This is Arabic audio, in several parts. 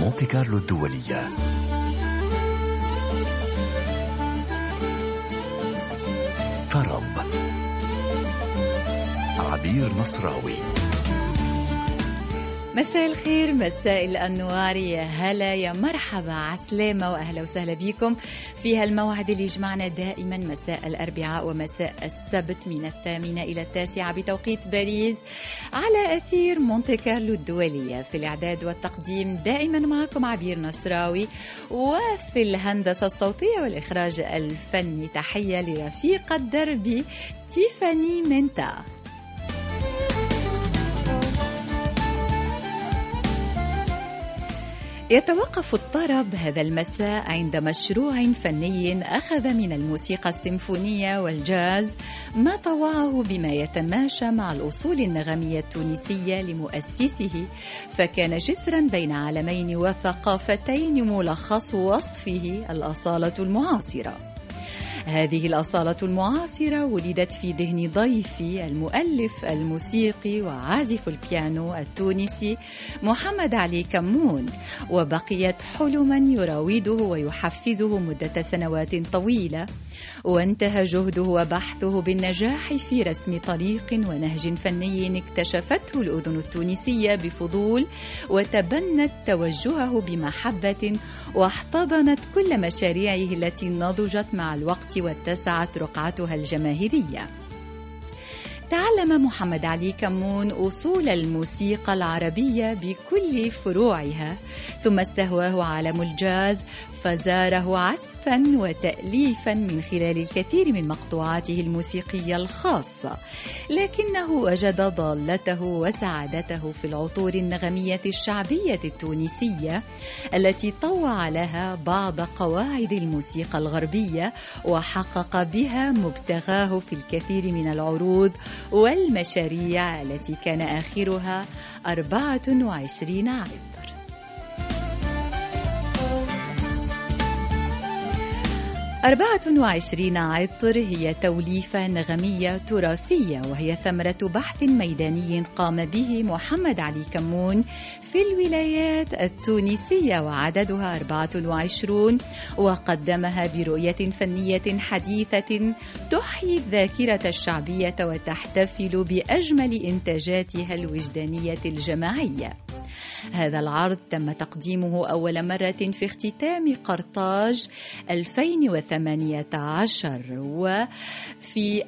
مونتي كارلو الدولية. طرب عبير نصراوي. مساء الخير، مساء الأنوار، يا هلا يا مرحبا، عسلامة وأهلا وسهلا بكم في هالموعد اللي يجمعنا دائما مساء الأربعاء ومساء السبت من 8 إلى 9 بتوقيت باريس على أثير مونتي كارلو الدولية. في الإعداد والتقديم دائما معكم عبير نصراوي، وفي الهندسة الصوتية والإخراج الفني تحية لرفيق الدرب تيفاني منتا. يتوقف الطرب هذا المساء عند مشروع فني أخذ من الموسيقى السيمفونية والجاز ما طوعه بما يتماشى مع الأصول النغمية التونسية لمؤسسه، فكان جسرا بين عالمين وثقافتين ملخص وصفه الأصالة المعاصرة. هذه الأصالة المعاصرة ولدت في ذهن ضيفي المؤلف الموسيقي وعازف البيانو التونسي محمد علي كمون، وبقيت حلما يراوده ويحفزه مدة سنوات طويلة، وانتهى جهده وبحثه بالنجاح في رسم طريق ونهج فني اكتشفته الأذن التونسية بفضول وتبنت توجهه بمحبة واحتضنت كل مشاريعه التي نضجت مع الوقت واتسعت رقعتها الجماهيرية. تعلم محمد علي كمون أصول الموسيقى العربية بكل فروعها، ثم استهواه عالم الجاز فزاره عزفا وتأليفا من خلال الكثير من مقطوعاته الموسيقية الخاصة، لكنه وجد ضالته وسعادته في العطور النغمية الشعبية التونسية التي طوع لها بعض قواعد الموسيقى الغربية، وحقق بها مبتغاه في الكثير من العروض والمشاريع التي كان آخرها 24 عطر. 24 عطر هي توليفة نغمية تراثية، وهي ثمرة بحث ميداني قام به محمد علي كمون في الولايات التونسية، وعددها 24، وقدمها برؤية فنية حديثة تحيي الذاكرة الشعبية وتحتفل بأجمل إنتاجاتها الوجدانية الجماعية. هذا العرض تم تقديمه أول مرة في اختتام قرطاج 2018، وفي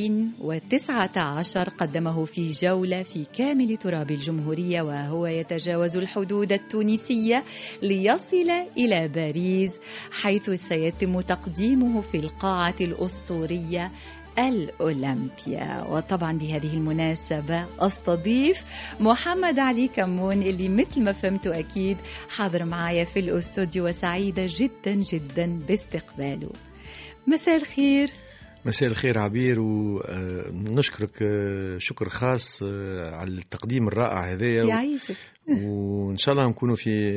2019 قدمه في جولة في كامل تراب الجمهورية، وهو يتجاوز الحدود التونسية ليصل إلى باريس، حيث سيتم تقديمه في القاعة الأسطورية الأولمبيا. وطبعا بهذه المناسبة أستضيف محمد علي كمون اللي مثل ما فهمتوا أكيد حاضر معايا في الأستوديو، وسعيدة جدا جدا باستقباله. مساء الخير. مساء الخير عبير، ونشكرك شكر خاص على التقديم الرائع هذايا. يعيشك. وإن شاء الله نكونوا في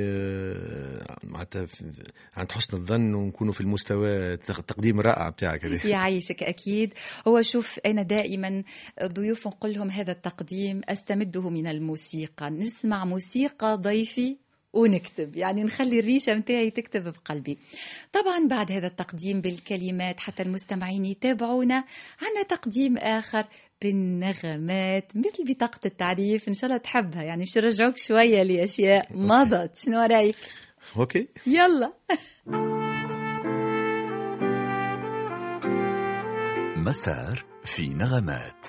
عند حسن الظن، ونكونوا في المستوى التقديم الرائع بتاعك هذا. يعيشك أكيد. هو شوف، أنا دائما ضيوف نقول لهم هذا التقديم أستمده من الموسيقى، نسمع موسيقى ضيفي ونكتب، يعني نخلي الريشة متاعي تكتب بقلبي. طبعا بعد هذا التقديم بالكلمات حتى المستمعين يتابعونا، عنا تقديم آخر بالنغمات مثل بطاقة التعريف، إن شاء الله تحبها، يعني مش نرجعوك شوية لأشياء مضت. شنو رأيك؟ أوكي يلا. مسار في نغمات.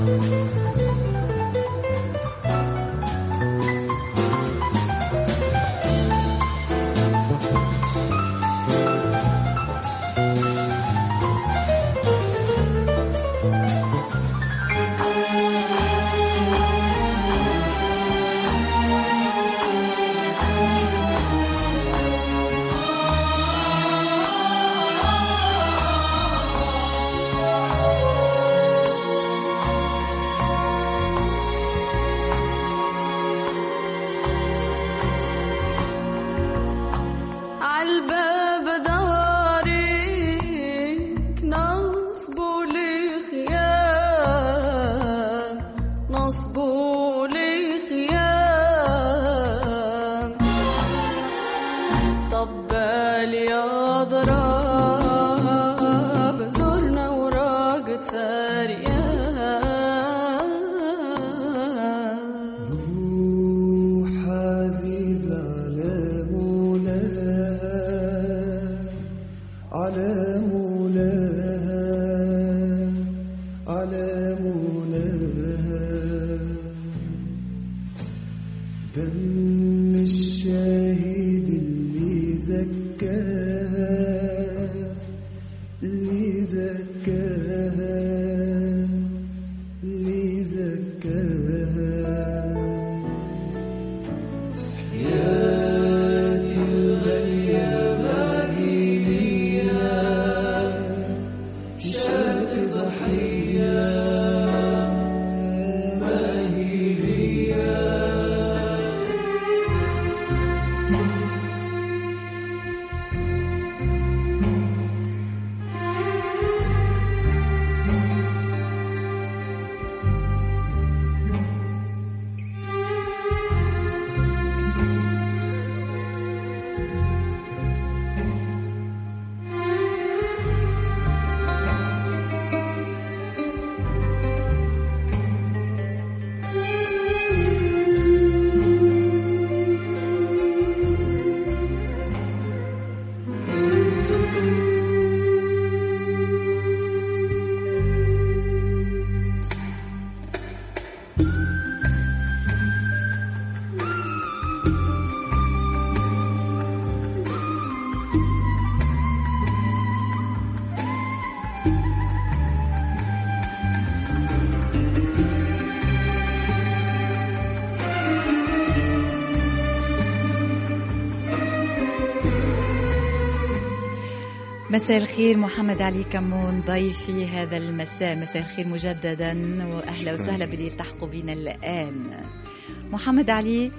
مساء الخير محمد علي كمون ضيفي هذا المساء. مساء الخير مجددا وأهلا وسهلا باللي يلتحقوا بنا الآن. محمد علي،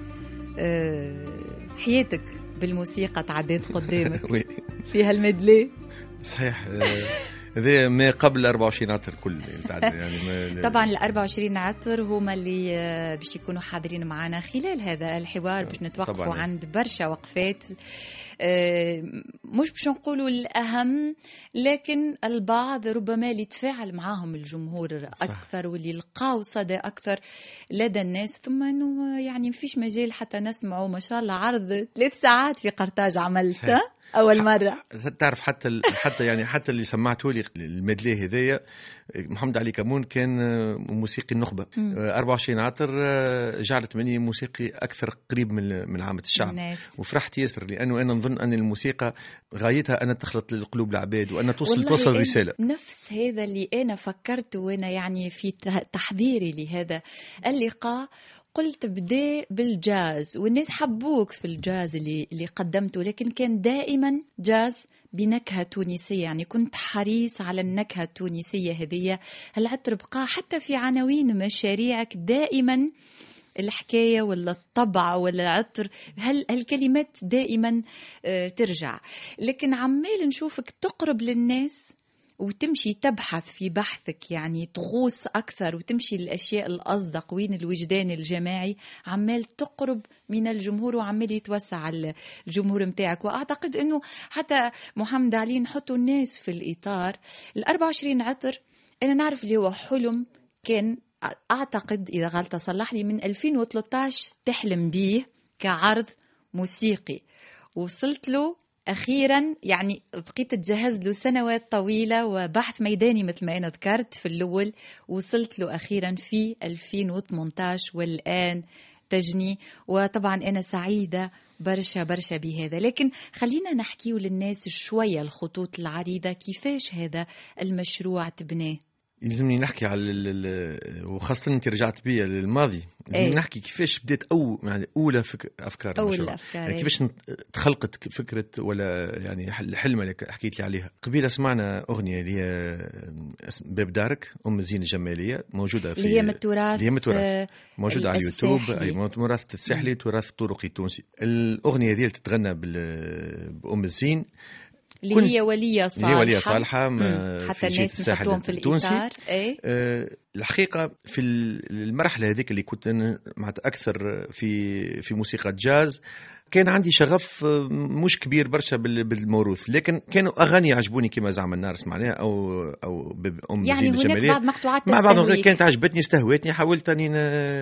حياتك بالموسيقى تعديت قدامك في هالمدلي صحيح. هذا ما قبل 24 عطر كل يعني طبعا ال 24 عطر هما اللي باش يكونوا حاضرين معنا خلال هذا الحوار باش نتوقفوا عند برشا وقفات، مش باش نقولوا الأهم لكن البعض ربما اللي يتفاعل معاهم الجمهور أكثر واللي يلقاو صدى أكثر لدى الناس، ثم أنه يعني مفيش مجال حتى نسمعوا ما شاء الله عرض 3 ساعات في قرطاج عملته أول مرة. تعرف حتى اللي سمعته لي المدلي هذايا محمد علي كمون كان موسيقي النخبة. 24 عطر جعلت مني موسيقي أكثر قريب من عامة الشعب وفرحت ياسر لأنه أنا نظن أن الموسيقى غايتها أن تخلط القلوب العباد وأن توصل رسالة. نفس هذا اللي أنا فكرت وأنا يعني في تحضيري لهذا اللقاء، قلت بدأ بالجاز والناس حبوك في الجاز اللي قدمته، لكن كان دائما جاز بنكهة تونسية، يعني كنت حريص على النكهة التونسية هذه. العطر بقى حتى في عناوين مشاريعك دائما الحكاية ولا الطبع ولا العطر، هالكلمات دائما ترجع، لكن عمال نشوفك تقرب للناس وتمشي تبحث في بحثك، يعني تغوص أكثر وتمشي للأشياء الأصدق وين الوجدان الجماعي، عمال تقرب من الجمهور وعمال يتوسع الجمهور متاعك. وأعتقد أنه حتى محمد علي نحطوا الناس في الإطار 24 عطر. أنا نعرف اللي هو حلم كان أعتقد إذا غلطة صلح لي من 2013 تحلم بيه كعرض موسيقي، وصلت له أخيرا يعني بقيت تجهز له سنوات طويلة وبحث ميداني مثل ما أنا ذكرت في الأول، وصلت له أخيرا في 2018 والآن تجني. وطبعا أنا سعيدة برشا برشا بهذا، لكن خلينا نحكيه للناس شوية الخطوط العريضة، كيفاش هذا المشروع تبناه؟ يلزمني نحكي على وخاصة أنت رجعت بيا للماضي، لازم نحكي كيفاش بديت يعني أولى أفكار المشروع، يعني كيفاش تخلقت فكرة ولا يعني الحلمة اللي حكيت لي عليها. قبيلة سمعنا أغنية اللي هي باب دارك أم الزين الجمالية، موجودة في اللي هي متوراث موجودة على اليوتيوب، أي متوراث الساحلي، تراث الطرقي التونسي. الأغنية دي تتغنى بأم الزين اللي هي ولية صالحة، هي ولية صالحة حتى الناس نحطوهم في الإطار. الحقيقة في المرحلة هذيك اللي كنت أنا أكثر في موسيقى جاز، كان عندي شغف مش كبير برشا بالموروث، لكن كانوا أغاني عجبوني كما زعم النار سمعناها أو بأم يعني زين الجمالية، بعض مقطوعات مع بعض كانت عجبتني استهوتني، حاولت أني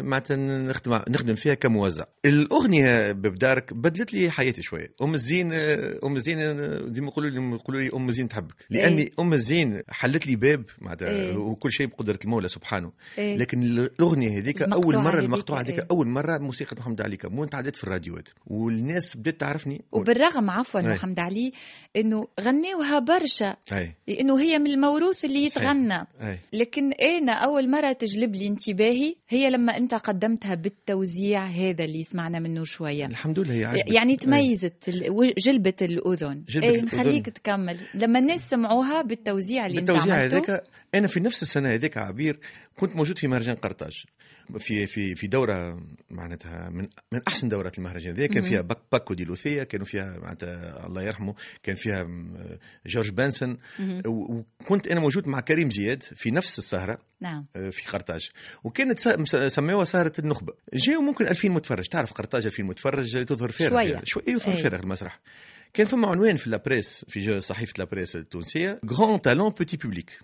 نخدم فيها كموزع. الأغنية ببدارك بدلت لي حياتي شوية. أم الزين ديما يقولوا لي أم الزين تحبك، لأني أم الزين حلت لي باب وكل شيء بقدرة المولى سبحانه. لكن الأغنية هذيك أول مرة، المقطوعة هذيك أول مرة موسيقى محمد علي كمون تعدت في الراديوات والناس بدأت تعرفني. وبالرغم عفوا محمد علي انه غنيوها برشا، لانه هي من الموروث اللي يتغنى، لكن انا اول مره تجلب لي انتباهي هي لما انت قدمتها بالتوزيع هذا اللي سمعنا منه شويه. الحمد لله يعني تميزت جلبت الاذن. نخليك تكمل. لما الناس سمعوها بالتوزيع اللي انت عملته. انا في نفس السنه هذيك عبير كنت موجود في مهرجان قرطاج، في دوره معناتها من احسن دورات المهرجان ذي. كان فيها باكو دي لوثيه، كانوا فيها معناتها الله يرحمه كان فيها جورج بانسون، وكنت انا موجود مع كريم زياد في نفس السهره. نعم. في قرطاج، وكانت سموها سهره النخبه. جاوا ممكن 2000 متفرج، تعرف قرطاج 2000 متفرج تظهر فارغ شويه يظهر فارغ المسرح. كان فما عنوان في لابريس، في صحيفة لابريس التونسية، غران تالون بيتي بوبليك،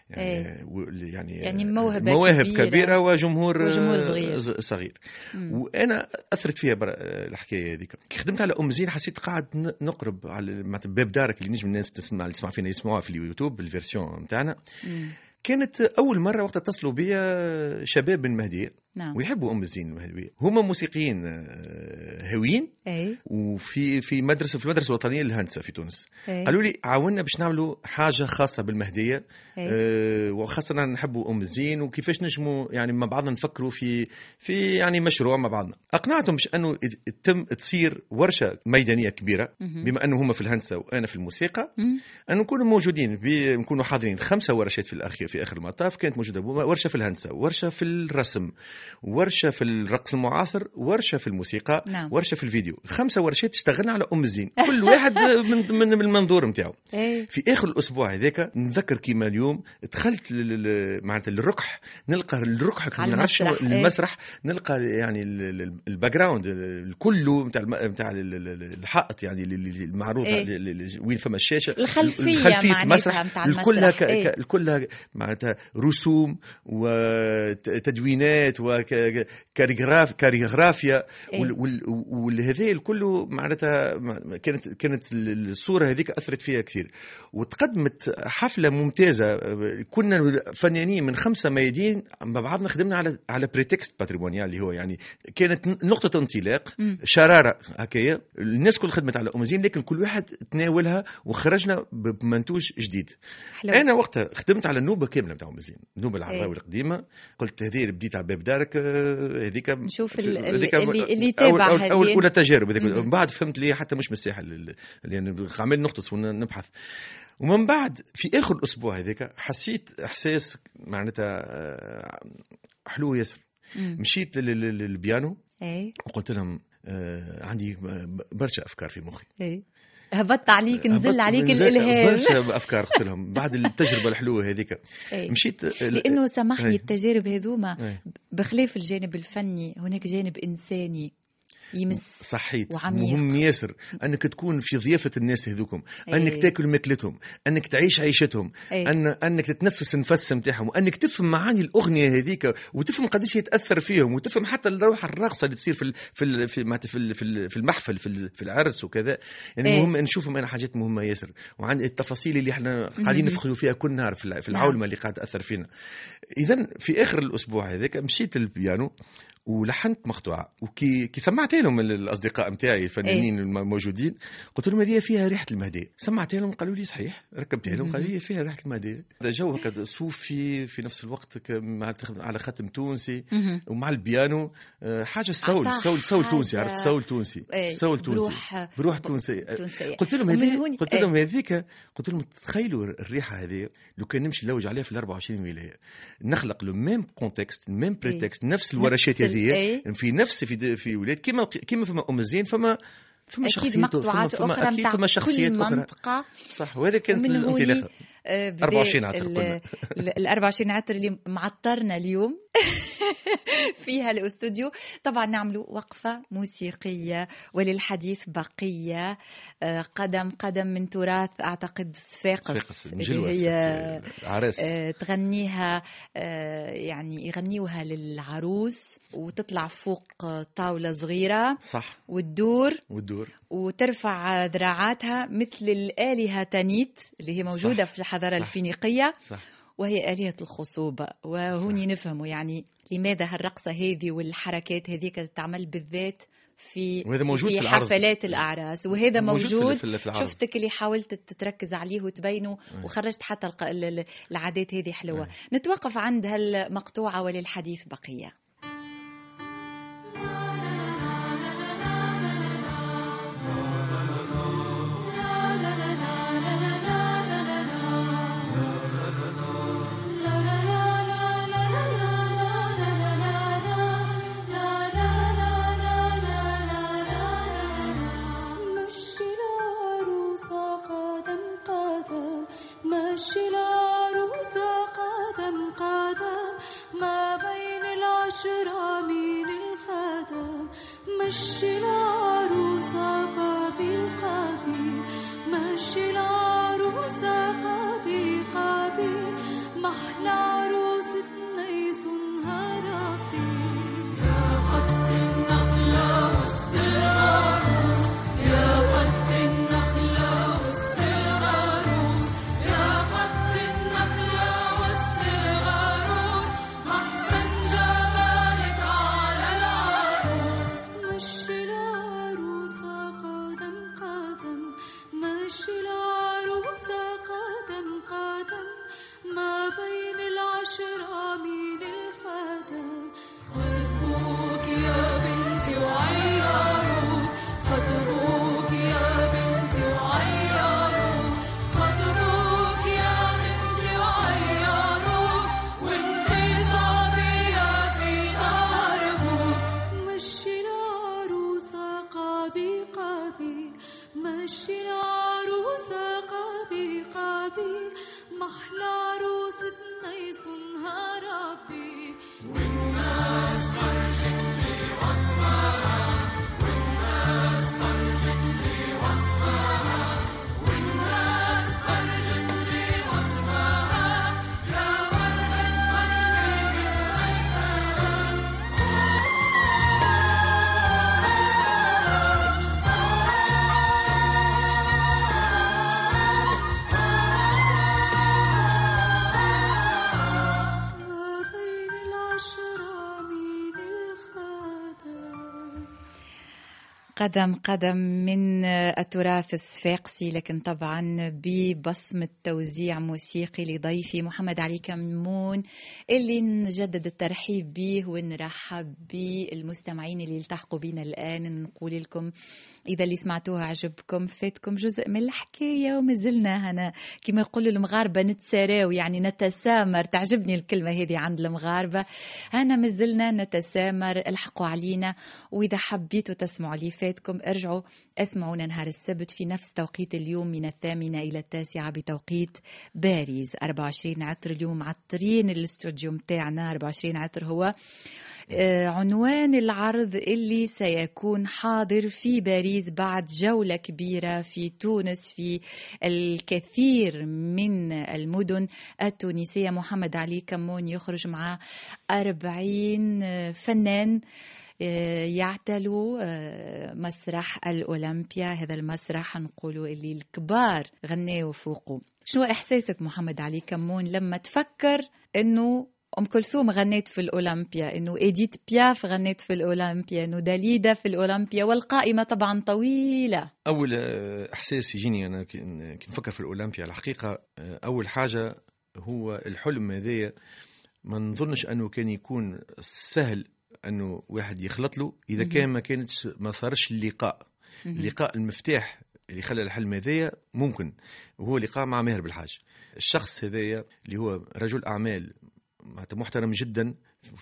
يعني مواهب كبيرة وجمهور صغير. وأنا أثرت فيها الحكاية هذيك. خدمت على أم زين، حسيت قاعد نقرب على باب دارك اللي نجم الناس تسمع فينا يسمعوها في اليوتيوب الفيرسيون متاعنا. كانت أول مرة وقت اتصلوا بيا شباب من مهدية. نعم. ويحبوا أم الزين المهدوية، هما موسيقيين هاويين. في المدرسة الوطنية للهندسة في تونس. قالوا لي عاونا باش نعملوا حاجة خاصة بالمهدية، وخاصة نحبوا أم الزين، وكيفاش نجموا يعني مع بعضنا نفكروا في يعني مشروع مع بعضنا. أقنعتهم باش أنه تصير ورشة ميدانية كبيرة، بما أنه هما في الهندسة وأنا في الموسيقى، أن نكونوا موجودين، نكونوا حاضرين 5 ورشات في آخر المطاف. كانت موجودة ورشة في الهندسة، ورشة في الرسم، ورشة في الرقص المعاصر، ورشة في الموسيقى. نعم. ورشة في الفيديو. 5 ورشات اشتغلنا على أم الزين، كل واحد من المنظور متاعه. في آخر الأسبوع هذاك نتذكر كيما اليوم دخلت معناتها الركح، نلقى الركح على المسرح، نلقى يعني الباك جراوند كله متاع الحائط، يعني المعروف وين فما الشاشة، الخلفية المسرح كلها معناتها رسوم وتدوينات وكاريغرافيا، والهذا الكل معناتها كانت الصورة هذيك أثرت فيها كثير. وتقدمت حفلة ممتازة، كنا فنانين من 5 ميادين مع بعضنا، خدمنا على بريتكست باتريمونيال اللي هو يعني كانت نقطة انطلاق، شرارة هكايا. الناس كل خدمت على أم زين، لكن كل واحد تناولها وخرجنا بمنتوج جديد. حلو. أنا وقتها خدمت على النوبة كاملة بتاع أم زين، النوبة العرضاوي القديمة. قلت هذه بديت على باب دارك، هذيك نشوف اللي تابع هذه أول تجارب. من بعد فهمت لي حتى مش مستاهل، لأن عمال نغطس ونبحث. ومن بعد في آخر الأسبوع هذاك حسيت إحساس معناتها حلو ياسر. مشيت للبيانو وقلت لهم عندي برشا أفكار في مخي. هبطت عليك، نزل عليك الإلهام، برشا أفكار. قلت لهم بعد التجربة الحلوة هذيك مشيت، لأنه سامحني التجارب هذوما بخلاف الجانب الفني هناك جانب إنساني يمس صحيت وعميق. مهم ياسر انك تكون في ضيافه الناس هذوكم، انك تاكل ماكلتهم، انك تعيش عيشتهم، انك تتنفس النفس نتاعهم، وانك تفهم معاني الاغنيه هذيك، وتفهم قداش يتاثر فيهم، وتفهم حتى الروح الراقصه اللي تصير في المحفل في العرس وكذا. يعني مهم نشوفهم انا حاجات مهمه ياسر، وعندي التفاصيل اللي احنا قاعدين نفخذوا فيها كل نهار في العولمه اللي قاعد تاثر فينا. اذا في اخر الاسبوع هذاك مشيت للبيانو ولحنت مقطوعه، وكي سمعت لهم الاصدقاء نتاعي الفنانين الموجودين، قلت لهم هذه فيها ريحه المهديه. سمعت لهم قالوا لي صحيح، ركبتها لهم قالوا لي فيها ريحه المهديه. هذا جو هكذا صوفي في نفس الوقت على ختم تونسي ومع البيانو، حاجه السول تونسي، عرفت السول تونسي، سول تونسي بروح تونسي. قلت لهم هذيك قلت لهم تخيلوا الريحه هذه لو كان نمشي نلوج عليها في 24 ولايه، نخلق لو ميم كونتكست ميم بريتكست، نفس الورشات هذه في نفس في ولاد كيما فما زين، فما شخصيته، فما شخصيات اخرى. صح، وهذا كانت الانطلاقه 24 عطر. ال 24 عطر اللي معطرنا اليوم فيها الاستوديو. طبعا نعملوا وقفة موسيقية وللحديث بقية، قدم من تراث أعتقد صفاقس اللي هي عرس تغنيها، يعني يغنيوها للعروس وتطلع فوق طاولة صغيرة، صح، وتدور وترفع ذراعاتها مثل الآلهة تانيت اللي هي موجودة في الحضارة الفينيقية، وهي آلهة الخصوبة. وهوني نفهموا يعني لماذا هالرقصة هذه والحركات هذيك تعمل بالذات في حفلات الأعراس، وهذا موجود في شفتك اللي حاولت تتركز عليه وتبينه وخرجت حتى العادات هذه حلوة. نتوقف عند هالمقطوعة وللحديث بقية. مشي العروسة قابي قابي، مشي العروسة قابي قابي، محلى عروستنا يصونها ربي. يا قد النخلة وسط العروس، يا قد النخلة وسط العروس، يا قد النخلة وسط العروس، محسن جمالك على العروس. مشي العروسة قدم قدم، مشي العروسة قدم قدم، ما بين العشرة من الخدم. خطبوك يا بنتي وعياروك، خطبوك يا بنتي وعياروك، خطبوك يا بنتي وعياروك، وانتي صبية في دربوك. مشي العروسة قابي قابي، مشي العروسة قابي قابي، محلى عروستنا يصونها ربي. والناس خرجت لي وصفها، والناس خرجت لي وصفها، والناس خرجت لي وصفها، يا ورد ورد ريتها. ما بين العشرة من الخدم. قدم من التراث الصفاقسي، لكن طبعا ببصمة توزيع موسيقي لضيفي محمد علي كمون، اللي نجدد الترحيب به ونرحب بالمستمعين اللي التحقوا بنا الآن. نقول لكم إذا اللي سمعتوها عجبكم، فاتكم جزء من الحكاية، ومازلنا هنا كما يقولوا المغاربة نتساراو، يعني نتسامر. تعجبني الكلمة هذه عند المغاربة، هنا مازلنا نتسامر. الحقوا علينا، وإذا حبيتوا تسمعوا لي فاتكم ارجعوا اسمعونا نهار السبت في نفس توقيت اليوم من 8 إلى 9 بتوقيت باريس. 24 عطر اليوم معطرين الاستوديو متاعنا. 24 عطر هو عنوان العرض اللي سيكون حاضر في باريس بعد جولة كبيرة في تونس في الكثير من المدن التونسية. محمد علي كمون يخرج مع 40 فنان يعتلوا مسرح الأولمبيا. هذا المسرح نقولوا اللي الكبار غنوا فوقه. شنو إحساسك محمد علي كمون لما تفكر إنه أم كلثوم غنيت في الأولمبيا، إنه إيديت بياف غنيت في الأولمبيا، إنه داليدا في الأولمبيا، والقائمة طبعا طويلة؟ أول إحساس يجيني أنا كي نفكر في الأولمبيا الحقيقة، أول حاجة هو الحلم هذايا. ما نظنش أنه كان يكون سهل أنه واحد يخلط له إذا كان ما صارش اللقاء. اللقاء المفتاح اللي خلى الحلم هذايا ممكن، وهو لقاء مع ماهر بالحاج. الشخص هذايا اللي هو رجل أعمال محترم جدا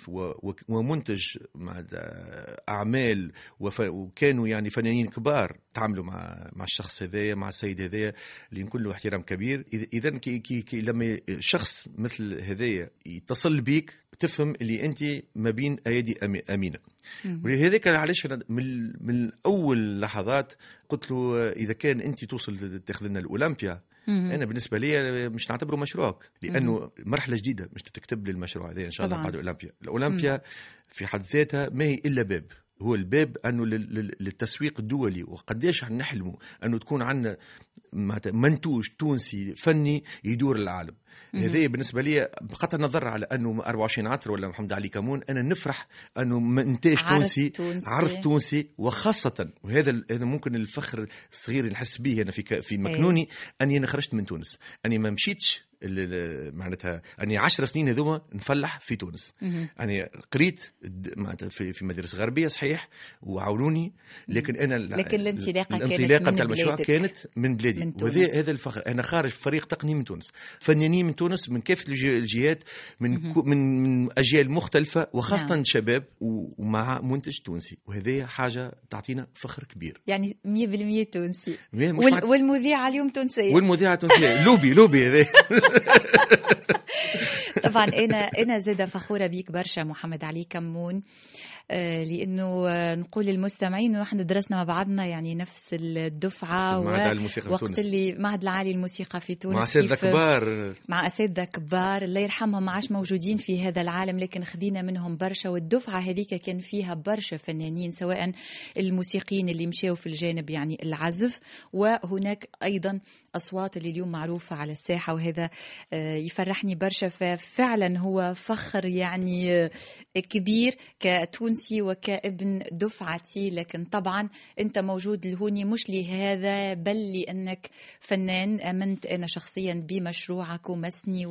ومنتج مع أعمال، وكانوا يعني فنانين كبار تعاملوا مع الشخص هذايا، مع السيد هذايا اللي نكون له احترام كبير. إذا لما شخص مثل هذايا يتصل بيك تفهم اللي أنت ما بين أيدي أمينة. ولهذا علاش من أول لحظات قلت له إذا كان أنت توصل تاخذ لنا الأولمبيا، أنا بالنسبة لي مش نعتبره مشروعك، لأنه مرحلة جديدة مش تكتب لي المشروع هذا إن شاء الله بعد الأولمبيا. الأولمبيا في حد ذاتها ما هي إلا باب، هو الباب أنه للتسويق الدولي. وقديش نحلموا أنه تكون عندنا منتوج تونسي فني يدور العالم. هذا بالنسبة لي بقطع النظر على أنه 24 عطر ولا محمد علي كمون، أنا نفرح أنه إنتاج تونسي، عرض تونسي، وخاصة وهذا ممكن الفخر الصغير نحس به أنا في مكنوني أني أنا خرجت من تونس، أني ما مشيتش معناتها أني 10 سنين هذوما نفلح في تونس. أنا قريت في مدارس غربية صحيح وعاونوني، لكن أنا الانطلاقة بتاع المشروع كانت من بلادي، وهذا الفخر. أنا خارج فريق تقني من تونس، فنانين من تونس من كافة الجهات، من أجيال مختلفة، وخاصة شباب ومع منتج تونسي، وهذه حاجة تعطينا فخر كبير. يعني 100% تونسي. والمذيعة اليوم تونسية. والمذيعة تونسية. لوبي هذا. طبعا أنا زادة فخورة بيك برشا محمد علي كمون، لأنه نقول للمستمعين إنه إحنا درسنا مع بعضنا يعني نفس الدفعة، وقت اللي معهد العالي للموسيقى في تونس، مع أساتذة كبار الله يرحمهم، ما عاش موجودين في هذا العالم، لكن خدينا منهم برشا. والدفعة هذيك كان فيها برشا فنانين، سواء الموسيقيين اللي مشاوا في الجانب يعني العزف، وهناك أيضا أصوات اللي اليوم معروفة على الساحة، وهذا يفرحني برشا. ففعلا هو فخر يعني كبير كتونسي وكابن دفعتي. لكن طبعا أنت موجود لهوني مش لهذا، بل لأنك فنان. أمنت أنا شخصيا بمشروعك ومسني،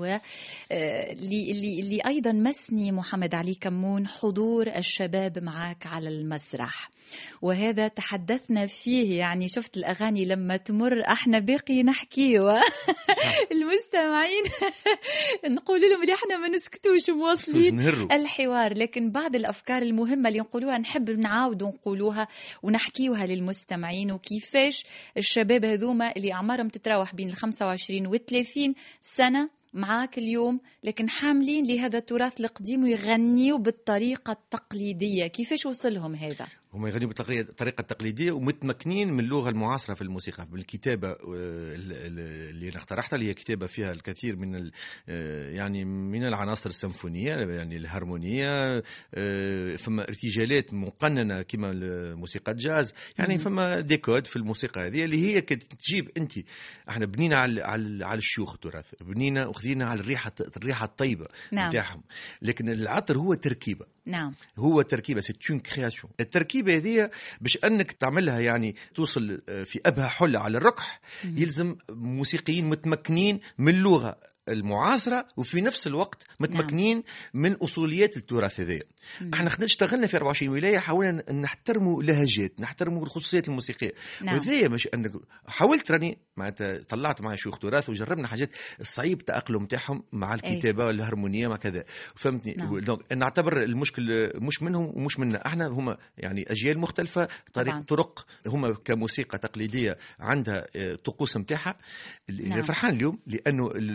اللي أيضا مسني محمد علي كمون حضور الشباب معك على المسرح، وهذا تحدثنا فيه. يعني شفت الأغاني لما تمر احنا باقي نحكي المستمعين نقول لهم اللي احنا ما نسكتوش مواصلين الحوار، لكن بعض الأفكار المهمة اللي نقولوها نحب نعاود نقولوها ونحكيوها للمستمعين. وكيفاش الشباب هذوما اللي أعمارهم تتراوح بين 25 و 30 سنة معاك اليوم، لكن حاملين لهذا التراث القديم ويغنيوا بالطريقة التقليدية، كيفاش وصلهم هذا؟ هم يغنيوا بالطريقة التقليدية ومتمكنين من اللغة المعاصرة في الموسيقى، بالكتابة اللي أنا اقترحتها، اللي هي كتابة فيها الكثير من يعني من العناصر السيمفونية، يعني الهارمونية، فما ارتجالات مقننة كما الموسيقى الجاز، يعني فما ديكود في الموسيقى هذه اللي هي تجيب أنت. احنا بنينا على الشيوخ التراث، بنينا وخذينا على الريحة الطيبة نتاعهم. لكن العطر هو تركيبة. نعم، هو تركيبة، سي اون كرياسيون. التركيبة هذه باش أنك تعملها يعني توصل في أبهى حلة على الركح، يلزم موسيقيين متمكنين من اللغة المعاصرة وفي نفس الوقت متمكنين من أصوليات التراث هذه. احنا اشتغلنا في 24 ولاية، حاولنا نحترموا لهجات، نحترموا الخصوصيات الموسيقية. وهذه باش أنك حاولت راني معناتها طلعت مع شيوخ تراث وجربنا حاجات الصعيب تأقلم تاعهم مع الكتابة والهارمونية مع كذا، فهمتني؟ دونك نعتبر المشكل مش منهم ومش منا، احنا هما يعني أجيال مختلفة، طرق هما كموسيقى تقليدية عندها طقوس متاعها. فرحان اليوم لأنه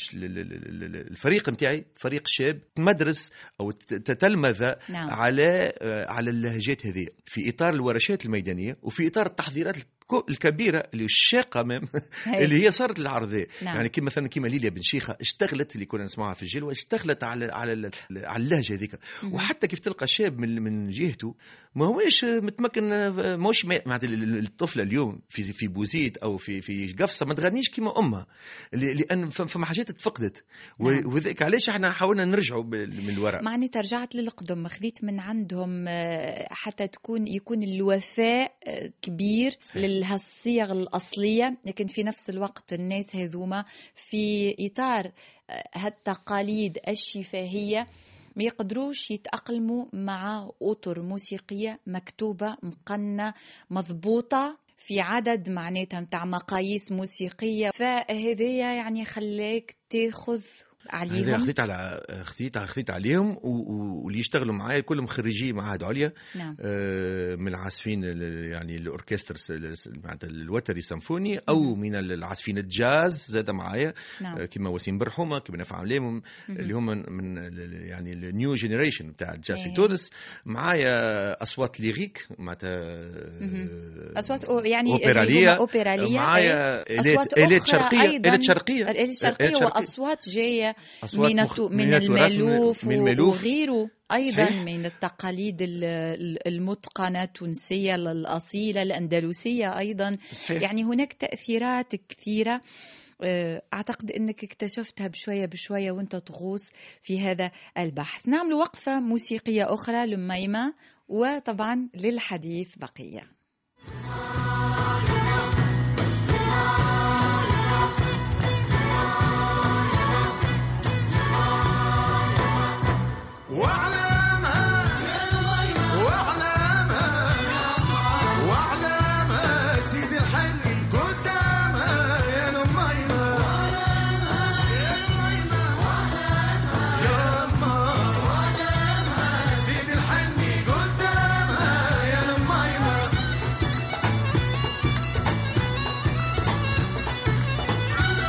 الفريق متاعي فريق شاب مدرس أو تتلمذ نعم. على اللهجات هذه في إطار الورشات الميدانية وفي إطار التحضيرات الكبيرة اللي الشاقة مام اللي هي صارت العرضية. نعم. يعني كما مثلا كما ليليا بن شيخة اشتغلت اللي كنا نسمعها في الجلوة اشتغلت على اللهجة هذيك. وحتى كيف تلقى شاب من جهته ما هوش متمكن ماهوش الطفلة اليوم في بوزيد أو في قفصة ما تغنيش كما أمها لأن فما حاجات تفقدت. نعم. وذلك علاش احنا حاولنا نرجعوا من الوراء. معني رجعت للقدم خذيت من عندهم حتى يكون الوفاء كبير للصيغ الأصلية، لكن في نفس الوقت الناس هذوما في إطار هالتقاليد الشفاهية ما يقدروش يتأقلموا مع أطر موسيقية مكتوبة مقنة مضبوطة في عدد معناتها متاع مقاييس موسيقية. فهذايا يعني خلاك تاخذ عليهم. خذيت عليهم واللي يشتغلوا معايا كلهم خريجي معاهد عليا. نعم. من العازفين يعني الاوركستر الوتري سيمفوني او من العازفين الجاز زاد معايا. نعم. كما وسيم برحومه كما نفع عليهم اللي هم من يعني النيو جينيريشن نتاع الجاز في تونس. معايا اصوات ليريك معناتها اصوات يعني اوبراليه معايا آلات شرقيه واصوات جايه من المالوف وغيره أيضا. صحيح. من التقاليد المتقنة التونسية الأصيلة الأندلسية أيضا. صحيح. يعني هناك تأثيرات كثيرة أعتقد أنك اكتشفتها بشوية بشوية وانت تغوص في هذا البحث. نعمل وقفة موسيقية أخرى لميمة وطبعا للحديث بقية.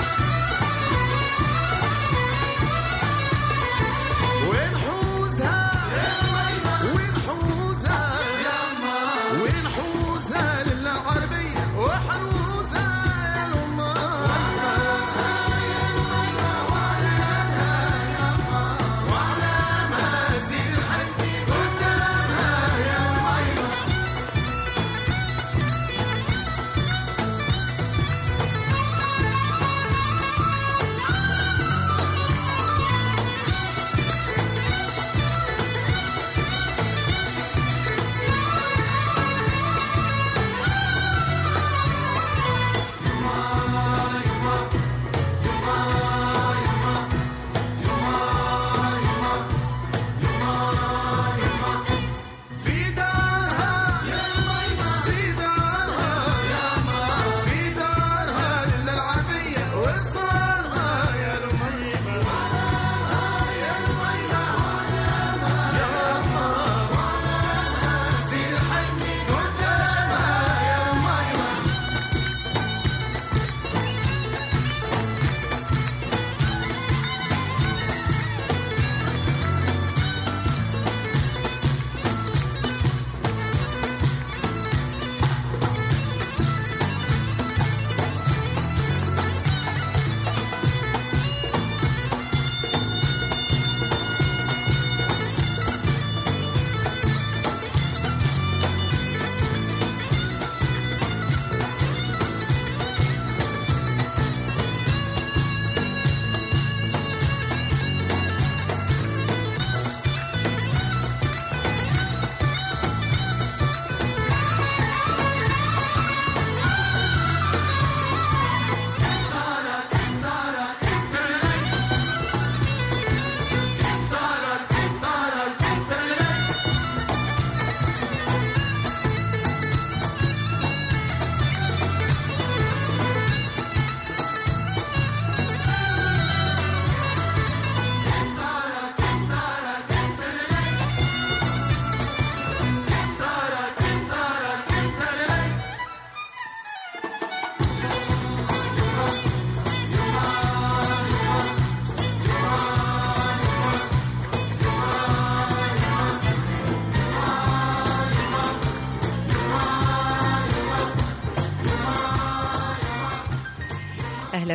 ونحوزها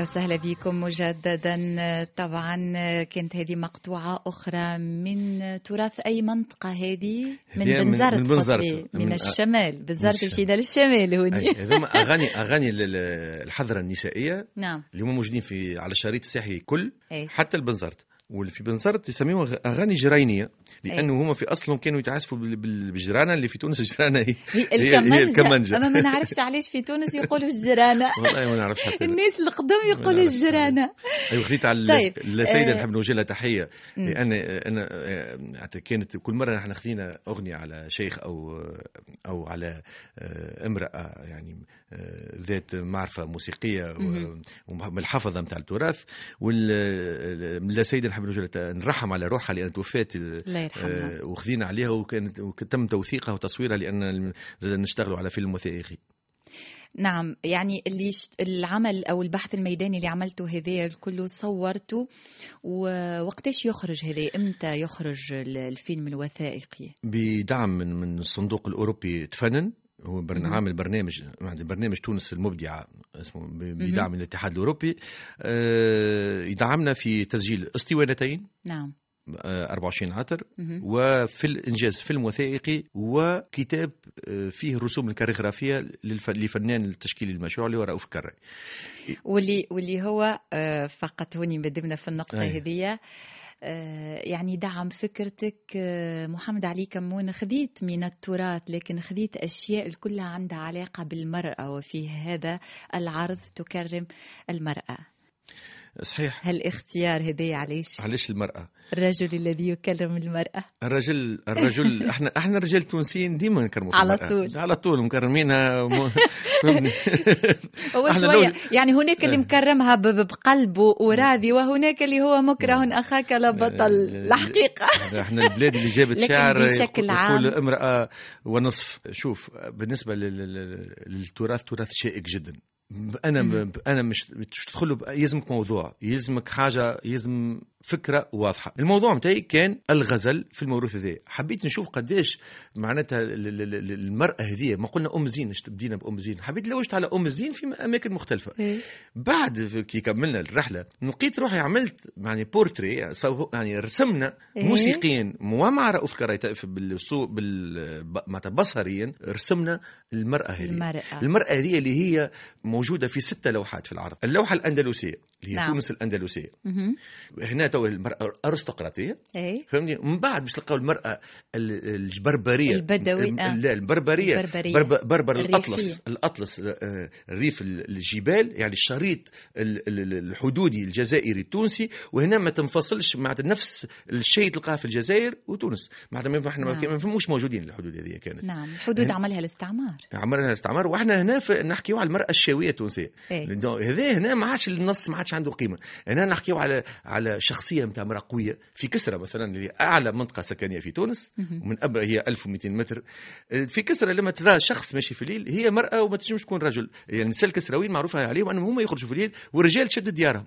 وسهلا بكم مجددا. طبعا كانت هذه مقطوعة أخرى من تراث أي منطقة هذه؟ من بنزرت. من الشمال. بنزرت مشينا للشمال هوني. هذوما أغاني الحضرة النسائية. نعم. اللي هم موجودين على الشريط الساحي كل أي. حتى البنزرت. واللي في بنزرت يسميوها أغاني جرينية لأنه هما في أصلهم كانوا يتعزفوا بالجرانة اللي في تونس. الجرانة هي الكمنجة. أما ما نعرفش علاش في تونس يقولوا الجرانة. والله ما نعرفش حتى الناس القدام يقولوا الجرانة. أيوة خذيت على السيدة نحب نوجه لها تحية لأن أنا كانت كل مرة نحن خذينا أغنية على شيخ أو على امرأة يعني ذات معرفة موسيقية والحفظة متاع التراث. والسيدة نحب نوجه نرحم على روحها لأن توفات وخذينا عليها وتم توثيقها وتصويرها لأن نشتغلوا على فيلم وثائقي. نعم. يعني العمل أو البحث الميداني اللي عملته هذا كله صورته، ووقتاش يخرج هذا؟ إمتى يخرج الفيلم الوثائقي؟ بدعم من الصندوق الأوروبي تفنن. هو عامل برنامج تونس المبدعة اسمه بدعم من الاتحاد الأوروبي. يدعمنا في تسجيل اسطوانتين. نعم. 24 عطر وفي الإنجاز فيلم وثائقي وكتاب فيه الرسوم الكاريغرافية لفنان التشكيل المشروع اللي هو رؤوف كري واللي هو فقط هوني بدمنا في النقطة هذه. يعني دعم فكرتك محمد علي كمون. خذيت من التراث لكن خذيت أشياء كلها عندها علاقة بالمرأة، وفي هذا العرض تكرم المرأة. صحيح. هل اختيار هذي علاش المرأة؟ الرجل الذي يكرم المرأة. الرجل احنا رجال تونسيين ديما نكرموا على طول مكرمينها. هو شوية يعني هناك اللي مكرمها بقلبه وراضي، وهناك اللي هو مكره أخاك لبطل. الحقيقة احنا البلاد اللي جابت شعر بشكل عام يقول امرأة ونصف. شوف بالنسبة للتراث تراث شائك جدا. أنا مش تدخله يلزمك موضوع، يلزمك حاجة، يلزم فكرة واضحة. الموضوع متاعي كان الغزل في الموروث هذا. حبيت نشوف قديش معناتها المرأة هذه. ما قلنا أم زين، بدينا بأم زين، حبيت لوجت على أم زين في أماكن مختلفة. بعد كي كملنا الرحلة لقيت روحي عملت يعني بورتري، يعني رسمنا موسيقيا ومع رؤوف كري بالسوق بصريا رسمنا المرأة هذه. المرأة هذه اللي هي موجودة في 6 لوحات في العرض. اللوحة الأندلسية اللي هي تونس الأندلسية. هنا تو المرأة أرستقراطية. فهمني. من بعد باش تلقاو المرأة البربرية البدوي. لا البربرية بربر الأطلس الريف الجبال، يعني الشريط الحدودي الجزائري التونسي. وهنا ما تنفصلش مع نفس الشيء تلقاه في الجزائر وتونس. معناتها احنا ما فهموش موجودين الحدود هذه كانت. نعم. حدود عملها الاستعمار. واحنا هنا نحكيو على المرأة الشاوية التونسية. هذا هنا ما عادش النص ما عادش عنده قيمة. هنا نحكيو على شخصية متاع امرأة قوية في كسرة مثلا اللي أعلى منطقة سكنية في تونس ومن أبرز هي 1200 متر. في كسرة لما ترى شخص ماشي في الليل هي مرأة وما تنجمش تكون رجل. يعني النساء الكسراويين معروفة عليهم أنهم هم يخرجوا في الليل والرجال تشد ديارهم.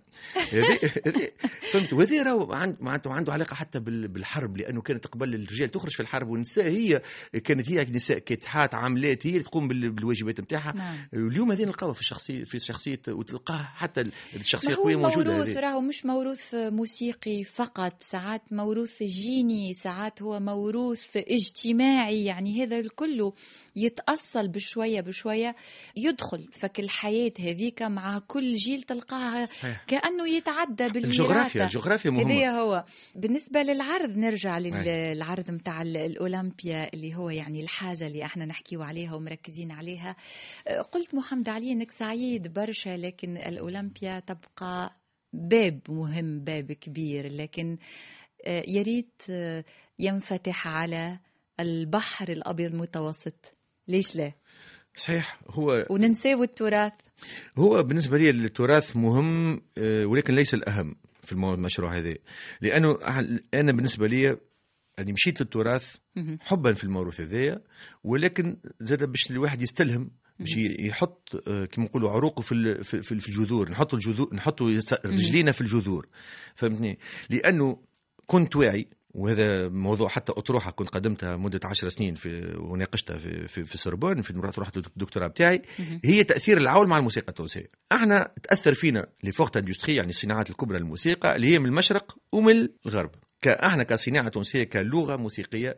فهمت. وهذا عنده علاقة حتى بالحرب، لأنه كانت قبل الرجال تخرج في الحرب والنساء هي نساء كاتحات عاملات هي اللي تقوم بالواجبات نتاعها. اليوم هذه نلقاها في شخصية وتلقاها حتى الشخصية القوية موجودة. راهو مش موروث موسيقي فقط، ساعات موروث جيني، ساعات هو موروث اجتماعي. يعني هذا الكل يتأصل بشوية يدخل فك الحياة هذيك مع كل جيل تلقاها كأنه يتعدى بالوراثة. الجغرافيا مهمة. هذا هو. بالنسبة للعرض نرجع للعرض متاع الأولمبيا اللي هو يعني الحاجة اللي احنا نحكيو عليها ومركزين عليها. قلت محمد علي انك سعيد برشا، لكن الأولمبيا تبقى باب مهم، باب كبير، لكن يريد ينفتح على البحر الأبيض المتوسط. ليش لا؟ صحيح. هو وننساو التراث. هو بالنسبة لي التراث مهم ولكن ليس الأهم في المشروع هذا، لأنه أنا بالنسبة لي يعني مشيت للتراث حبا في الموروث هذايا، ولكن زاد باش الواحد يستلهم باش يحط كما نقولوا عروقه في الجذور. نحطوا رجلينا في الجذور. فهمتني. لأنه كنت واعي وهذا موضوع حتى أطروحة كنت قدمتها مدة 10 سنين وناقشتها في سوربون في رحت الدكتوراه بتاعي. هي تأثير العول مع الموسيقى التونسية. احنا تأثر فينا لي فورت اندستري، يعني الصناعات الكبرى للموسيقى اللي هي من المشرق ومن الغرب. احنا كصناعة تونسية كلغة موسيقية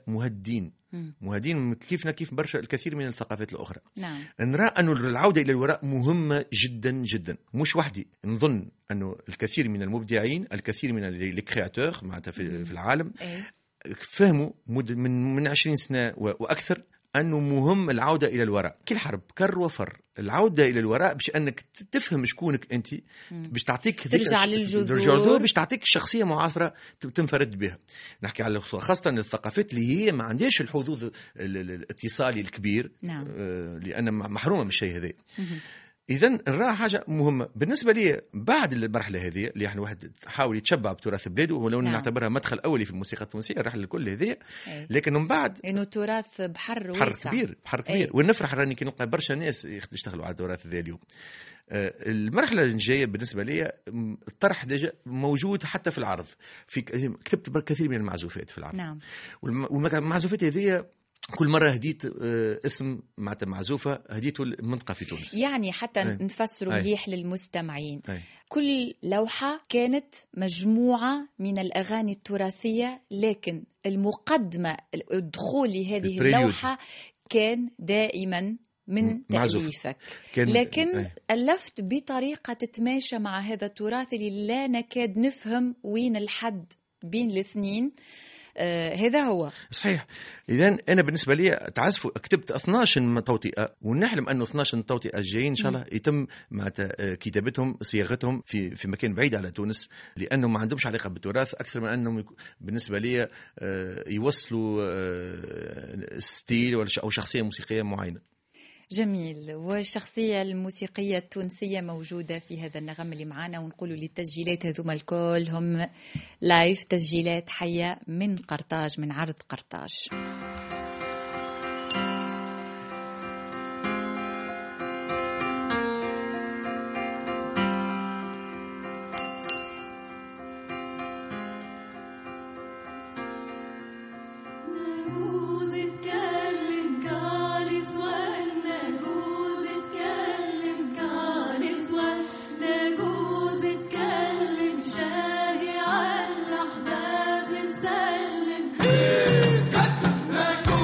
مهدين كيف برشا الكثير من الثقافات الأخرى. نعم. نرى أن العودة إلى الوراء مهمة جدا جدا. مش وحدي نظن أنه الكثير من المبدعين، الكثير من الكرياتور معناتها في العالم فهموا من 20 سنة وأكثر أنه مهم العودة إلى الوراء. كل حرب كر وفر، العودة إلى الوراء باش أنك تفهم شكونك أنت، باش تعطيك ترجع للجذور، باش تعطيك شخصية معاصرة تنفرد بها. نحكي على خاصة الثقافات اللي هي ما عندهاش الحظوظ الاتصالي الكبير. نعم. لأن محرومة من الشيء هذا. إذن نرى حاجة مهمة بالنسبة لي بعد المرحلة هذه اللي احنا واحد حاول يتشبع بتراث بلاده، ولو نعم. نعتبرها مدخل أولي في الموسيقى التونسية الرحلة الكل هذه. لكن من بعد إنه التراث بحر واسع، بحر كبير. ونفرح راني كي نلقى برشا ناس يشتغلوا على التراث ذا اليوم. المرحلة الجاية بالنسبة لي الطرح ديجا موجود حتى في العرض. كتبت كثير من المعزوفات في العرض. نعم. والمعزوفات هذه كل مرة هديت اسم معناتها معزوفة هديته المنطقة في تونس. يعني حتى نفسروا مليح للمستمعين. كل لوحة كانت مجموعة من الأغاني التراثية، لكن المقدمة الدخول لهذه اللوحة كان دائما من تأليفك، لكن ألفت بطريقة تتماشى مع هذا التراث اللي لا نكاد نفهم وين الحد بين الاثنين. هذا هو صحيح. إذن أنا بالنسبة لي تعزف كتبت 12 توطئة، ونحلم أنه 12 توطئة الجايين إن شاء الله يتم كتابتهم صياغتهم في مكان بعيد على تونس، لأنه ما عندهمش علاقة بالتراث أكثر من أنهم بالنسبة لي يوصلوا ستيل أو شخصية موسيقية معينة. جميل. والشخصية الموسيقية التونسية موجودة في هذا النغم اللي معانا، ونقول للتسجيلات هذوما الكل هم لايف، تسجيلات حية من قرطاج، من عرض قرطاج. شاهي على الأحباب نسلم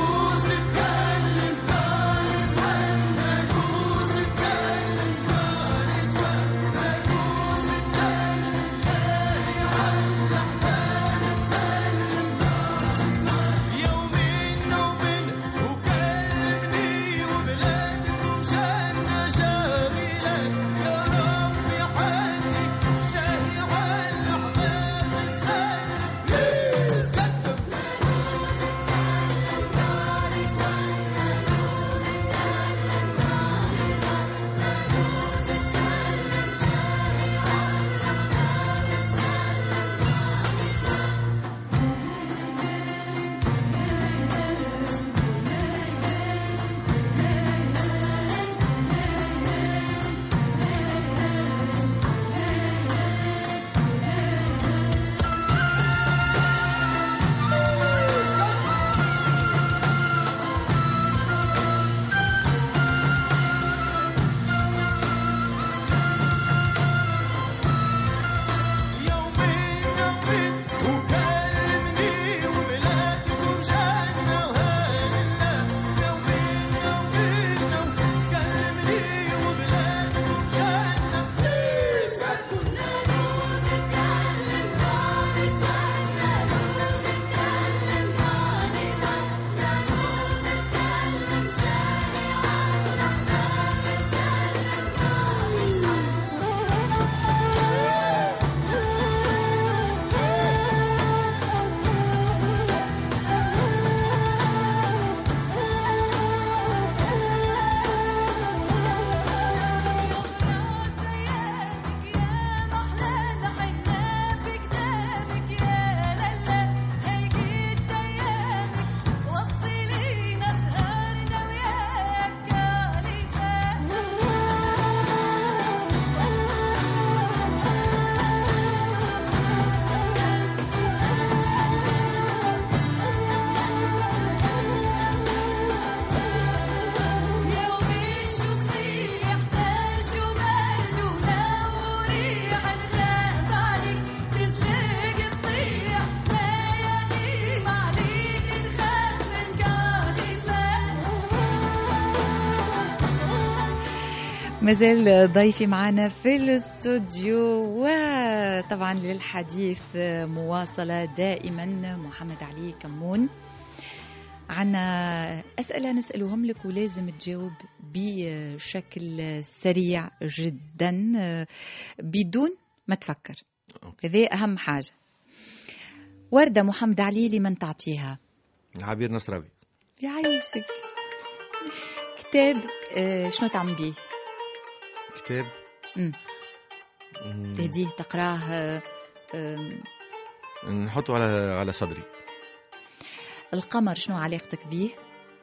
مازال ضيفي معنا في الاستوديو، وطبعا للحديث مواصلة دائما محمد علي كمون. عنا أسئلة نسألهم لك ولازم تجاوب بشكل سريع جدا بدون ما تفكر، هذه أهم حاجة. وردة محمد علي لمن تعطيها؟ عبير نصراوي. يعيشك. كتاب شنو تعمل بيه؟ كتاب تهديه تقراه؟ نحطه على صدري. القمر شنو علاقتك بيه؟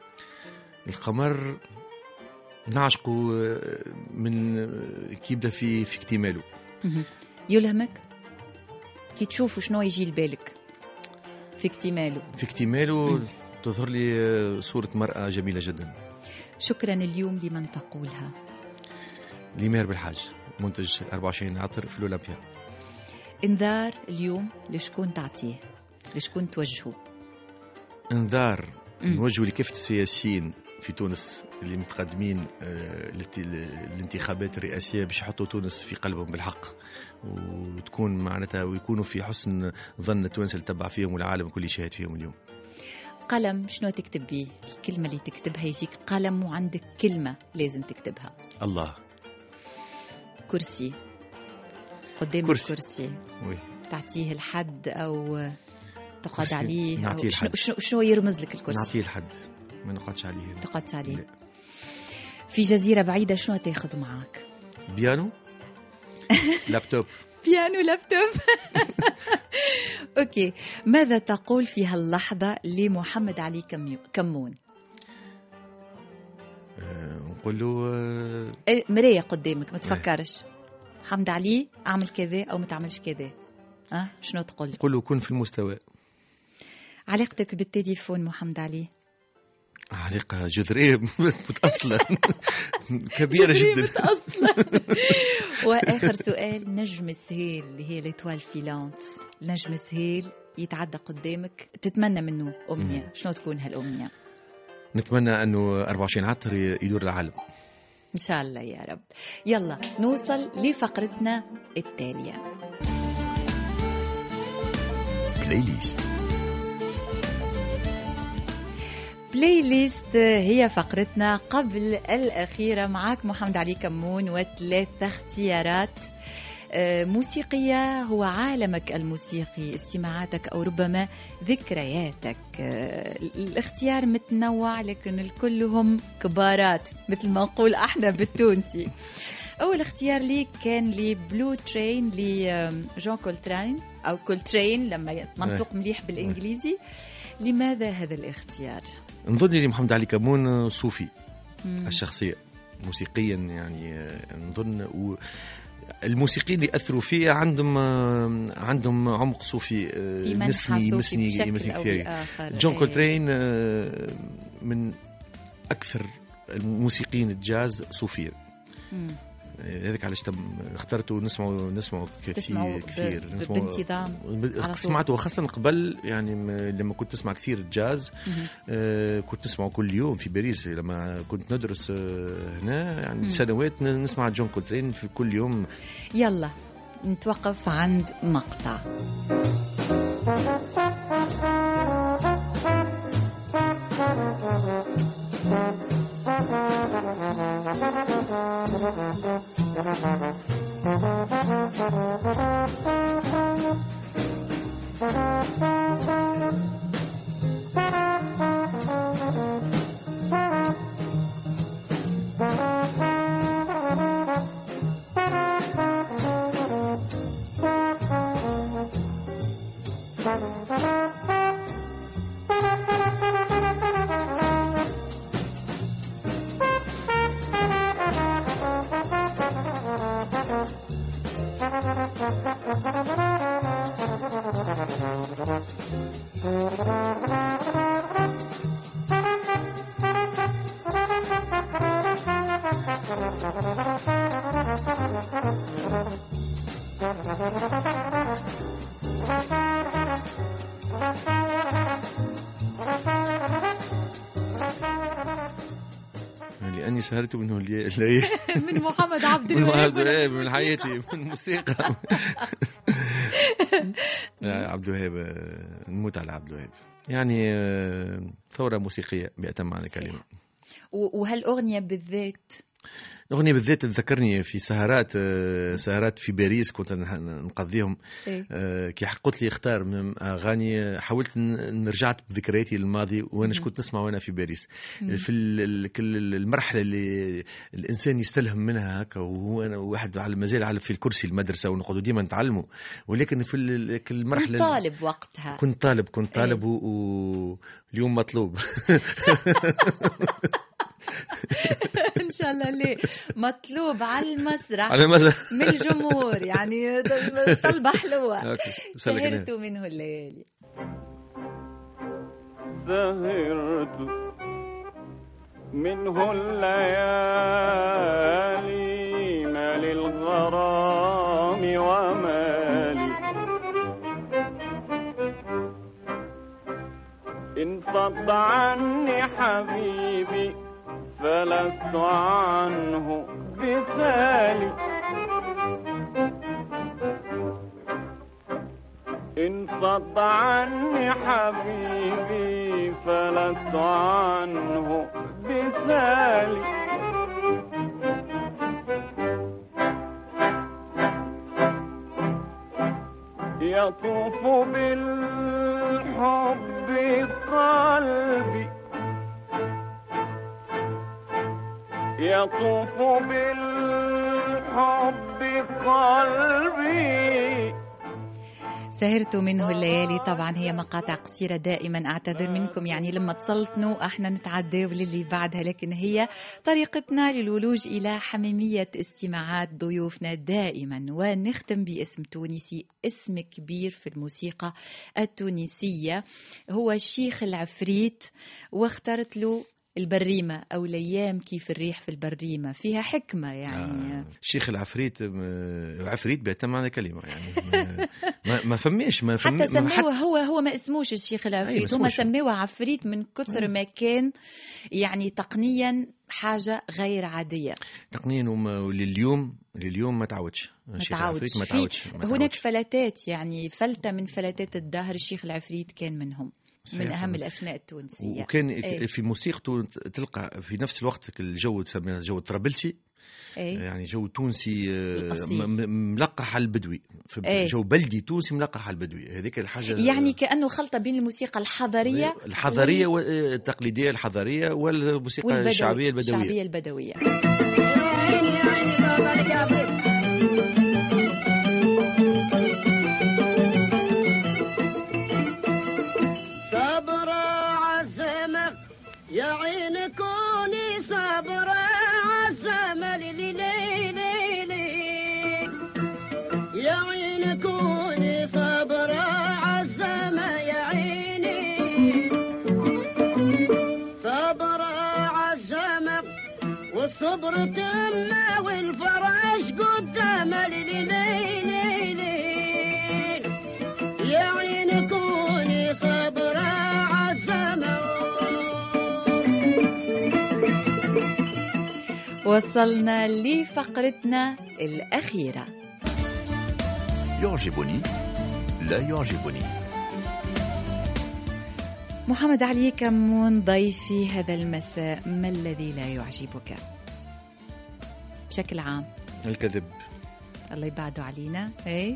القمر نعشقه من كي يبدا في اكتماله. يلهمك كي تشوفه شنو يجي لبالك في اكتماله؟ في اكتماله تظهر لي صورة مرأة جميلة جدا. شكرا اليوم لمن تقولها؟ لماهر بالحاج، منتج 24 عطر في الأولمبيا. انذار اليوم لشكون تعطيه؟ لشكون توجهه؟ انذار نوجهه لكافة السياسيين في تونس اللي متقدمين الانتخابات الرئاسية باش يحطوا تونس في قلبهم بالحق، وتكون معناتها ويكونوا في حسن ظن التوانسة اللي تبع فيهم والعالم كل يشاهد فيهم اليوم. قلم شنو تكتب بيه؟ الكلمة اللي تكتبها يجيك قلم وعندك كلمة لازم تكتبها. الله. كرسي قدام الكرسي تعطيه الحد أو تقعد عليه؟ نعطيه الحد. شنو يرمز لك الكرسي؟ نعطيه الحد، ما نقعدش عليه. تقعدش عليه. لا. في جزيرة بعيدة شنو تاخذ معك؟ بيانو. لابتوب. بيانو لابتوب. أوكي، ماذا تقول في هاللحظة لمحمد علي كمون؟ نقول له مراية قدامك، ما تفكرش محمد علي أعمل كذا أو ما تعملش كذا، شنو تقول؟ نقول له كن في المستوى. علاقتك بالتليفون محمد علي؟ علاقة جذرية متأصلة كبيرة جدا متأصلة. وآخر سؤال، نجم سهيل اللي هي ليتوال فيلانت، نجم سهيل يتعدى قدامك تتمنى منه أمنية، شنو تكون هالأمنية؟ نتمنى أنه 24 عطر يدور العالم إن شاء الله يا رب. يلا نوصل لفقرتنا التالية، بلاي ليست. بلاي ليست هي فقرتنا قبل الأخيرة. معك محمد علي كمون وثلاث اختيارات موسيقية، هو عالمك الموسيقي، استماعاتك أو ربما ذكرياتك. الاختيار متنوع لكن الكلهم كبارات مثل ما نقول احنا بالتونسي. أول اختيار لي كان لي بلو ترين لجون كولترين أو كولترين لما منطوق مليح بالإنجليزي. لماذا هذا الاختيار؟ نظن لي محمد علي كمون صوفي الشخصية موسيقيا، يعني نظن الموسيقيين اللي أثروا فيها عندهم عمق صوفي نسني كثير. جون كولترين من أكثر الموسيقيين الجاز صوفيا. هذاك علاش اخترته نسمعه كثير بانتظام. سمعته خاصة قبل، يعني لما كنت تسمع كثير الجاز كنت تسمعه كل يوم في باريس لما كنت ندرس هنا، يعني سنوات نسمع جون كولترين في كل يوم. يلا نتوقف عند مقطع. أغنية سهرت منه الليل من محمد عبد من الوهاب من حياتي من الموسيقى. عبد الوهاب، نموت على عبد الوهاب، يعني ثورة موسيقية بأتم معنى الكلمة. وهالأغنية بالذات، الأغنية بالذات تذكرني في سهرات في باريس كنت نقضيهم. كي قلت لي اختار من أغاني، حاولت نرجعت بذكرياتي للماضي وأنا كنت نسمع وأنا في باريس. في المرحلة اللي الإنسان يستلهم منها هكا، وأنا واحد على مازال في الكرسي المدرسة ونقعدوا ديما نتعلموا، ولكن في المرحلة كنت طالب وقتها. كنت طالب واليوم مطلوب. إن شاء الله ليه مطلوب على المسرح من الجمهور، يعني طلبة حلوة. سهرت منه الليالي. سهرت منه الليالي ما للغرام ومالي، انفض عني حبيبي فلست عنه بثالي، انفض عني حبيبي فلست عنه بثالي، يطوف بالحب قلبي، يطوف بالحب قلبي. سهرت منه الليالي. طبعا هي مقاطع قصيرة، دائما أعتذر منكم يعني لما تصلتنوا احنا نتعدى للي بعدها، لكن هي طريقتنا للولوج إلى حميمية استماعات ضيوفنا دائما. ونختم باسم تونسي، اسم كبير في الموسيقى التونسية، هو الشيخ العفريت، واخترت له البريمة أو الأيام كيف الريح في البريمة، فيها حكمة يعني. الشيخ العفريت، عفريت بأتم معنى الكلمة يعني. ما فماش حتى سموه هو ما اسموش الشيخ العفريت، هم سموه عفريت من كثر ما كان يعني تقنيا حاجة غير عادية تقنيا. لليوم ما تعودش. هناك فلتات، يعني فلتة من فلتات الدهر، الشيخ العفريت كان منهم، من أهم الأسماء التونسية. وكان في موسيقته تلقى في نفس الوقت الجو تسمى جو الطرابلسي، يعني جو تونسي ملقح على البدوي، جو بلدي تونسي ملقح على البدوي. هذيك الحاجة يعني كأنه خلطة بين الموسيقى الحضرية والتقليدية الحضرية والموسيقى الشعبية البدوية. يا عين كوني صبرة عالزمن ليلي، يا عين كوني صبرة عالزمن، يا عيني صبرة عالزمن، والصبر تمه والفرج قدام ليلي، يا عين كوني صبرة عالزمن. وصلنا لفقرتنا الأخيرة. يعجبني لا يعجبني. محمد علي كمون ضيفي هذا المساء، ما الذي لا يعجبك بشكل عام؟ الكذب. الله يبعده علينا.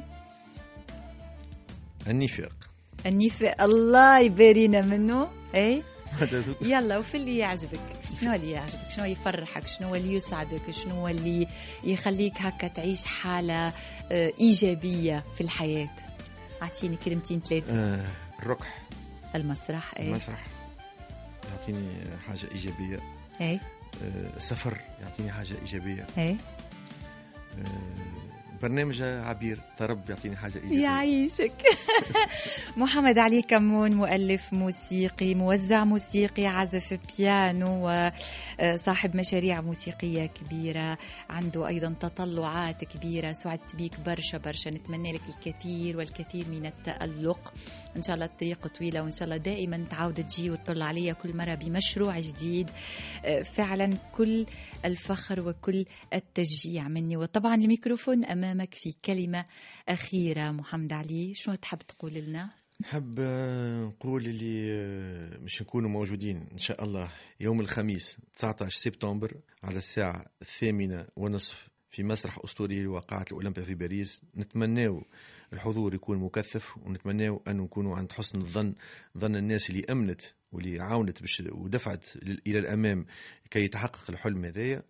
النفاق. الله يبارينا منه. يلا، وفي اللي يعجبك، شنو اللي يعجبك؟ شنو يفرحك؟ شنو اللي يسعدك؟ شنو اللي يخليك هكا تعيش حالة إيجابية في الحياة؟ أعطيني كلمتين ثلاثة. الركح. المسرح. المسرح يعطيني حاجة إيجابية. ايه. السفر يعطيني حاجة إيجابية. ايه. برنامج عبير، رب يعطيني حاجة إيجابية. يعيشك. محمد علي كمون، مؤلف موسيقي، موزع موسيقي، عازف بيانو، وصاحب مشاريع موسيقية كبيرة، عنده أيضا تطلعات كبيرة. سعدت بيك برشا برشا، نتمنى لك الكثير والكثير من التألق. إن شاء الله الطريق طويلة، وإن شاء الله دائما تعود تجي وتطلع عليا كل مرة بمشروع جديد. فعلا كل الفخر وكل التشجيع مني. وطبعا الميكروفون أمامك في كلمة أخيرة. محمد علي، شنو تحب تقول لنا؟ نحب نقول اللي مش نكونوا موجودين إن شاء الله يوم الخميس 19 سبتمبر على الساعة 8:30 في مسرح أسطوري لوقاعة الأولمبيا في باريس. نتمناو الحضور يكون مكثف، ونتمناو أن نكونوا عند حسن الظن، ظن الناس اللي أمنت واللي عاونت ودفعت إلى الأمام كي يتحقق الحلم هذايا،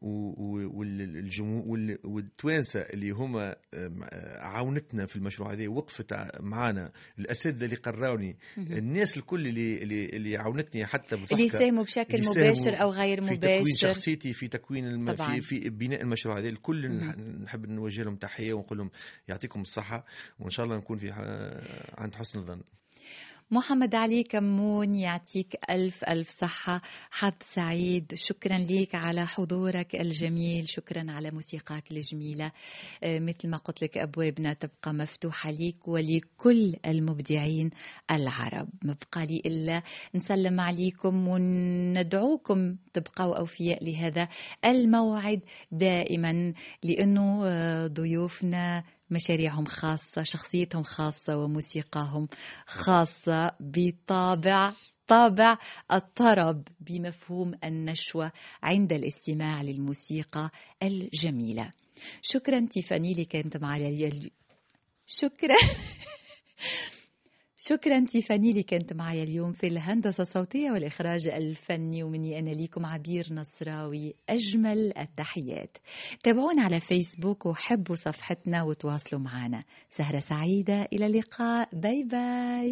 والتوانسة اللي هما عاونتنا في المشروع هذا، وقفت معنا الأساتذة اللي قرروني، الناس الكل اللي عاونتني حتى اللي يساهموا بشكل مباشر أو غير مباشر في تكوين شخصيتي، في تكوين في بناء المشروع هذا. الكل نحب نوجه لهم تحية ونقول لهم يعطيكم الصحة، وإن شاء الله نكون في عند حسن الظن. محمد علي كمون، يعطيك ألف ألف صحة، حظ سعيد. شكرا لك على حضورك الجميل، شكرا على موسيقاك الجميلة. مثل ما قلت لك أبوابنا تبقى مفتوحة لك ولكل المبدعين العرب. ما بقى لي إلا نسلم عليكم وندعوكم تبقوا أوفياء لهذا الموعد دائما، لأنه ضيوفنا مشاريعهم خاصة، شخصيتهم خاصة، وموسيقاهم خاصة بطابع الطرب، بمفهوم النشوة عند الاستماع للموسيقى الجميلة. شكرا تيفاني اللي كانت معي شكرا تيفاني اللي كانت معي اليوم في الهندسة الصوتية والإخراج الفني، ومني أنا ليكم عبير نصراوي أجمل التحيات. تابعونا على فيسبوك وحبوا صفحتنا وتواصلوا معنا. سهرة سعيدة، إلى اللقاء، باي باي.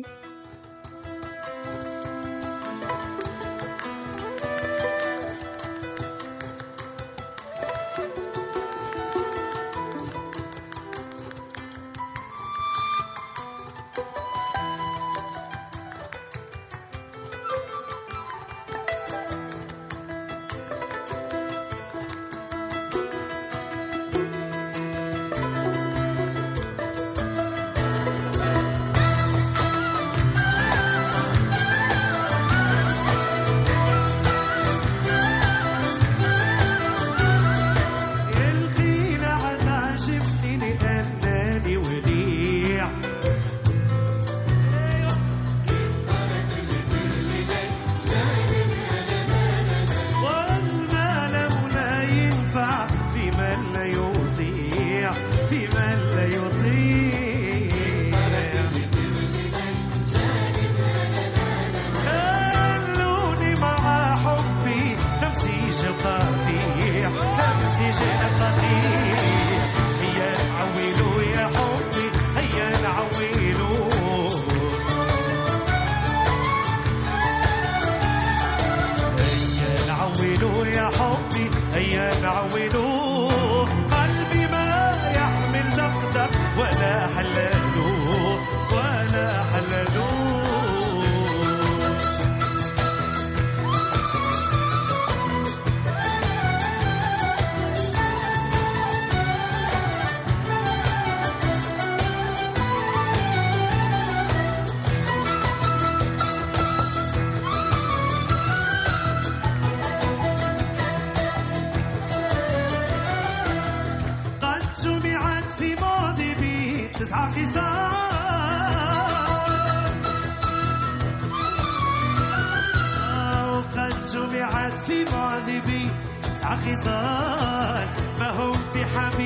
خصال ما هم في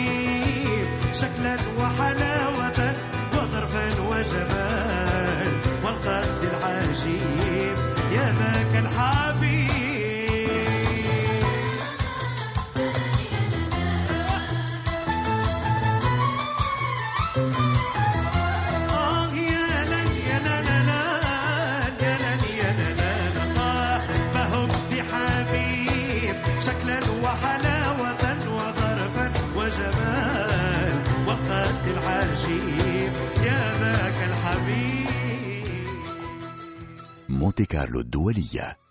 حبيب شكلا وحلاوة وظرفا وجمال والقد العجيب يا ذاك الحبيب. شكلا وحلاوة وظرفا وجمال مونتي كارلو الدولية.